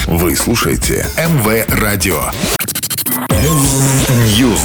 Вы слушаете МВ Радио. News.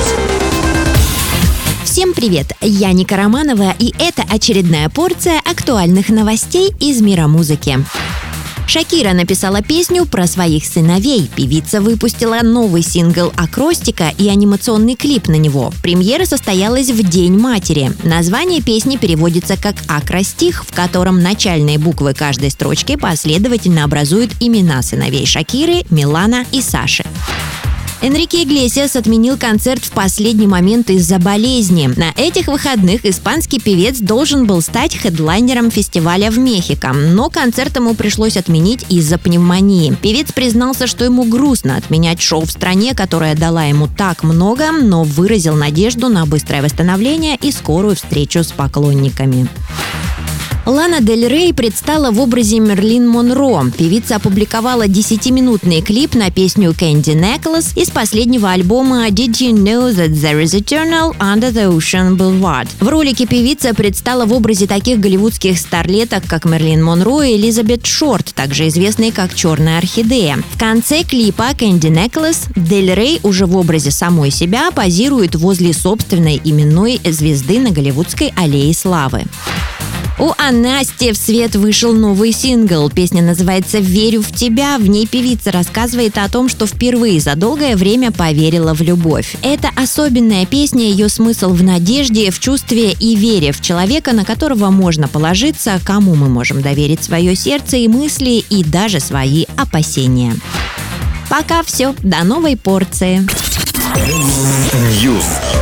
Всем привет! Я Ника Романова, и это очередная порция актуальных новостей из мира музыки. Шакира написала песню про своих сыновей. Певица выпустила новый сингл «Акростика» и анимационный клип на него. Премьера состоялась в День матери. Название песни переводится как «Акростих», в котором начальные буквы каждой строчки последовательно образуют имена сыновей Шакиры, Милана и Саши. Энрике Иглесиас отменил концерт в последний момент из-за болезни. На этих выходных испанский певец должен был стать хедлайнером фестиваля в Мехико, но концерт ему пришлось отменить из-за пневмонии. Певец признался, что ему грустно отменять шоу в стране, которая дала ему так много, но выразил надежду на быстрое восстановление и скорую встречу с поклонниками. Лана Дель Рей предстала в образе Мерлин Монро. Певица опубликовала 10-минутный клип на песню «Candy Necklace» из последнего альбома «Did You Know That There Is a Tunnel Under the Ocean Boulevard?». В ролике певица предстала в образе таких голливудских старлеток, как Мерлин Монро и Элизабет Шорт, также известные как «Черная орхидея». В конце клипа «Candy Necklace» Дель Рей уже в образе самой себя позирует возле собственной именной звезды на голливудской аллее славы. У Анасти в свет вышел новый сингл. Песня называется «Верю в тебя». В ней певица рассказывает о том, что впервые за долгое время поверила в любовь. Это особенная песня, ее смысл в надежде, в чувстве и вере в человека, на которого можно положиться, кому мы можем доверить свое сердце и мысли, и даже свои опасения. Пока все, до новой порции. News.